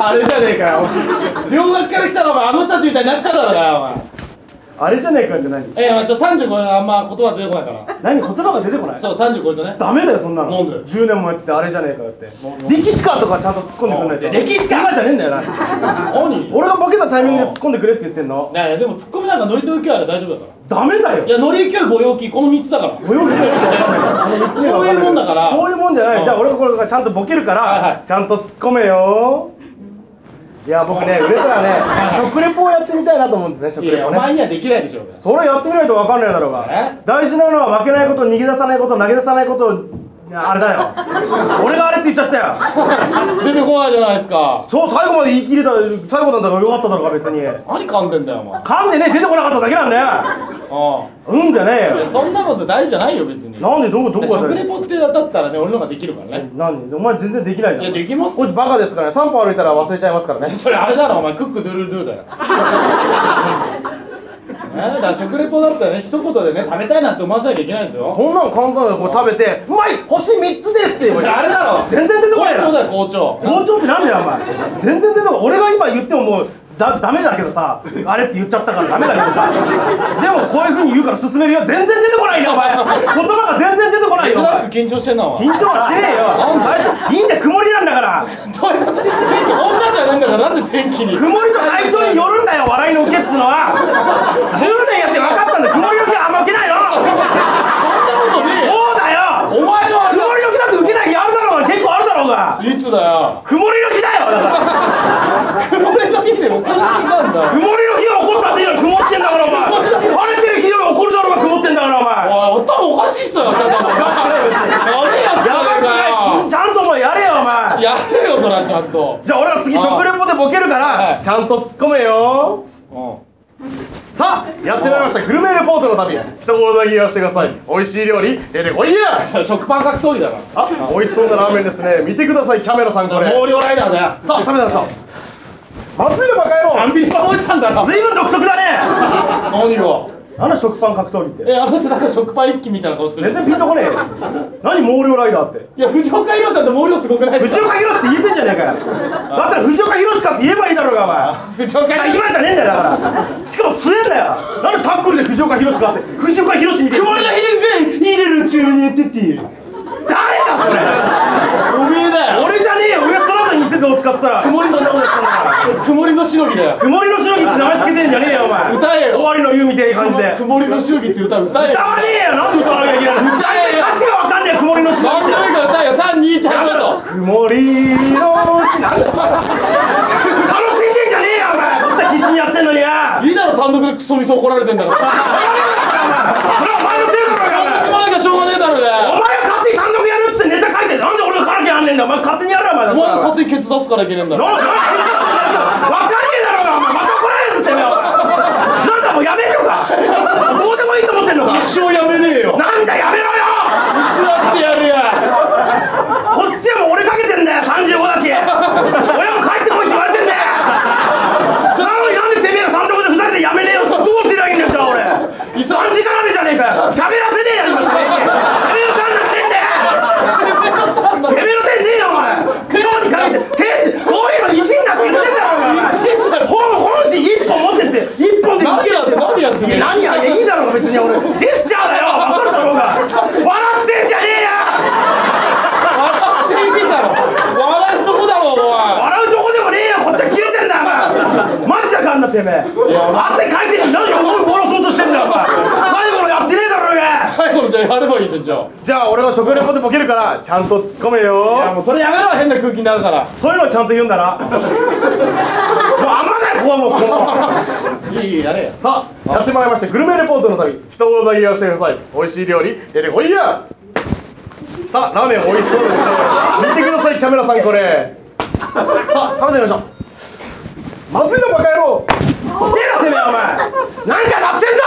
あれじゃねえかよお前。両学から来たらお前あの人たちみたいになっちゃうだろうがよお前。 あれじゃねえかって何？ 35あんま言葉出てこないから。 何言葉が出てこない？ そう30超えるとね。 ダメだよそんなの。 なんで 10年もやっててあれじゃねえかよって。力士かとかちゃんと突っ込んでくんないと。 力士か今じゃねえんだよな。 何？ 俺がボケたタイミングで突っ込んでくれって言ってんの。 いやでも突っ込みなんかノリと勢いあれ大丈夫だから。 ダメだよ。 いやノリ勢いご陽気この3つだから。 ご陽気がいいか分かんないから。 そういうもんだから。 そういうもんじゃない。じゃあ俺がこれからちゃんとボケるから、ちゃんと突っ込めよ。いや僕ね売れたらね食レポをやってみたいなと思うんですね。食レポね。 いやお前にはできないでしょうが。 それやってみないと分かんないだろうが。大事なのは負けないこと、逃げ出さないこと、投げ出さないこと。あれだよ。俺があれって言っちゃったよ。 出てこないじゃないですか。 そう最後まで言い切れた最後なんだからよかっただろうが別に。 何噛んでんだよお前。 噛んでね出てこなかっただけなんだよ。うんじゃねえよ。 そんなこと大事じゃないよ別に。 なんでどこが食レポってだったらね俺のができるからね。 何お前全然できないじゃん。 いやできます。 こいつバカですからね。3歩歩いたら忘れちゃいますからね。 それあれだろお前クックドゥルドゥだよ。だから食レポだったらね一言でね食べたいなんて思わせなきゃいけないんですよ。 こんなの簡単だよ。こう食べてうまい星3つですって言う。 あれだろ全然出てこない。 校長だよ校長。 校長ってなんだよお前。全然出てこない。俺が今言ってももうダメだけどさ、あれって言っちゃったからダメだけどさ、でもこういう風に言うから進めるよ。全然出てこないよお前。言葉が全然出てこないよ。 珍しく緊張してんなお前。 緊張はしてねえよ。最初いいんだよ曇りなんだから。 どういうこと？女じゃねえんだからなんで天気に。 曇りと体調によるんだよ笑いの受けっつうのは。10年やって分かったんだ。曇りの日はあんま受けないの。 そんなことねえよ。 そうだよ。 お前の曇りの日だって受けない日あるだろうが結構あるだろうが。 いつだよ。 曇りの日だよだから。 曇りの日で怒りすぎなんだ。 曇りの日が怒ったっていいの。曇ってんだからお前。晴れてる日より怒るだろうが曇ってんだからお前。 おい頭おかしい人だよ。やべえやつじゃねえかよ。 ちゃんとお前やれよお前。 やれよそれはちゃんと。 じゃあ俺は次食レポでボケるからちゃんと突っ込めよ。さあやってまいりましたグルメレポートの旅。一言だけ言わせてください。美味しい料理出てこいや。 食パン格闘技だから。 美味しそうなラーメンですね。見てくださいキャメラさんこれ。 毛量ライダーだよ。 さあ食べてましょう。まずいのバカ野郎。 アンビリバボイさんだろ。 随分独特だね。 何が？ あの食パン格闘技って。 あの人なんか食パン一揆みたいな顔してる。 全然ピンとこねえよ。何毛量ライダーって。 いや藤岡弘さんって毛量すごくないですか？ 藤岡弘って言えてんじゃねえかよ。だったら藤岡弘かって言えばいいだろうがお前。 藤岡弘一番じゃねえんだよだから。しかも強えんだよ。なんでタックルで藤岡弘かって藤岡弘みたいな。 曇りの日に入れる中にやってって誰だそれ。 おめえだよ。 俺じゃねえよ。ウエストランドに似せてを使ってたら曇りのしのぎ。曇りのしのぎだよ。 曇りのしのぎって名前つけてんじゃねえよお前。 歌えよ。 終わりの湯みたいな感じで。 曇りのしのぎって歌歌えよ。 歌わねえよ。なんで歌わなきゃいけないの。 歌えよ。 歌詞がわかんねえよ。曇りのしのぎ。 なんでもいいから歌えよ。3、2、1、始めろ。 曇りのしなんだ楽しんでんじゃねえよお前。こっちは必死にやってんのにや。 いいだろ単独でクソみそ怒られてんだから。 それはお前のせいだろうが。 単独もなきゃしょうがねえだろうが。 お前が勝手に単独やるっつってネタ書いてなんで俺が書かなきゃなんねえんだ。お前勝手にやるよお前だったら。 勝手にケツ出すからいけねえんだ。 分かんねえだろうがお前。また怒られるっつってんだよ。なんだもうやめるのか。どうでもいいと思ってんのか。 一生やめねえよ。 なんだやめろよ。 座ってやるや。 こっちはもう俺かけてんだよ。35だし親も帰ってこいって言われてんだよ。なのになんでてめえら単独でふざけてやめねえよ。どうすりゃいいんだよじゃあ俺。3時間目じゃねえかよ。喋らせねえよ今てめえのターンなんかねえんだよ。てめえの手ねえよお前。今日にかけて手そういうの意地になって言ってんだろお前。本心1本持ってって1本で何やってんの。 何やいいだろうが別に俺ジェスチャーだよ。分かるだろうが。笑ってんじゃねえや。 笑っていいだろ。笑うとこだろお前。 笑うとこでもねえよ。こっちは切れてんだよお前。マジだからなてめえ。汗かいてるのに何を殺そうとしてんだよお前。最後のやってねえだろうが。 最後のじゃあやればいいじゃんじゃあ。 じゃあ俺は食レポでボケるからちゃんと突っ込めよ。 いやもうそれやめろ変な空気になるから。 そういうのちゃんと言うんだな。もうあんまだよここはもうここ。 いいやれよ。 さあやってまいりましてグルメレポートの旅。一言だけ言わせてください。美味しい料理出てこいや。さあラーメン美味しそうですね。見てくださいキャメラさんこれ。さあ食べてみましょう。まずいのバカ野郎。手だてめえお前。なんかなってんぞ。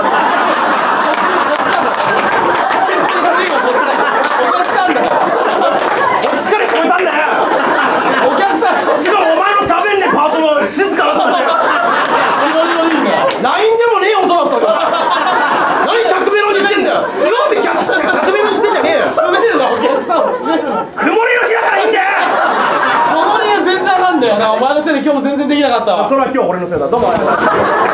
お客さんだよ。 こっちから聞こえたんだよ。 お客さん。 しかもお前の喋んねえパートが静かだったんだよ。LINE でもねえ音だったんだ。何着メロにしてんだよ。曜日着メロにしてんじゃねえよ。 詰めるなお客さんを詰めるな。 曇りの日だからいいんだよ。 その理由全然わかんだよな、お前のせいで今日も全然できなかったわ。 それは今日俺のせいだ。どうもありがとう。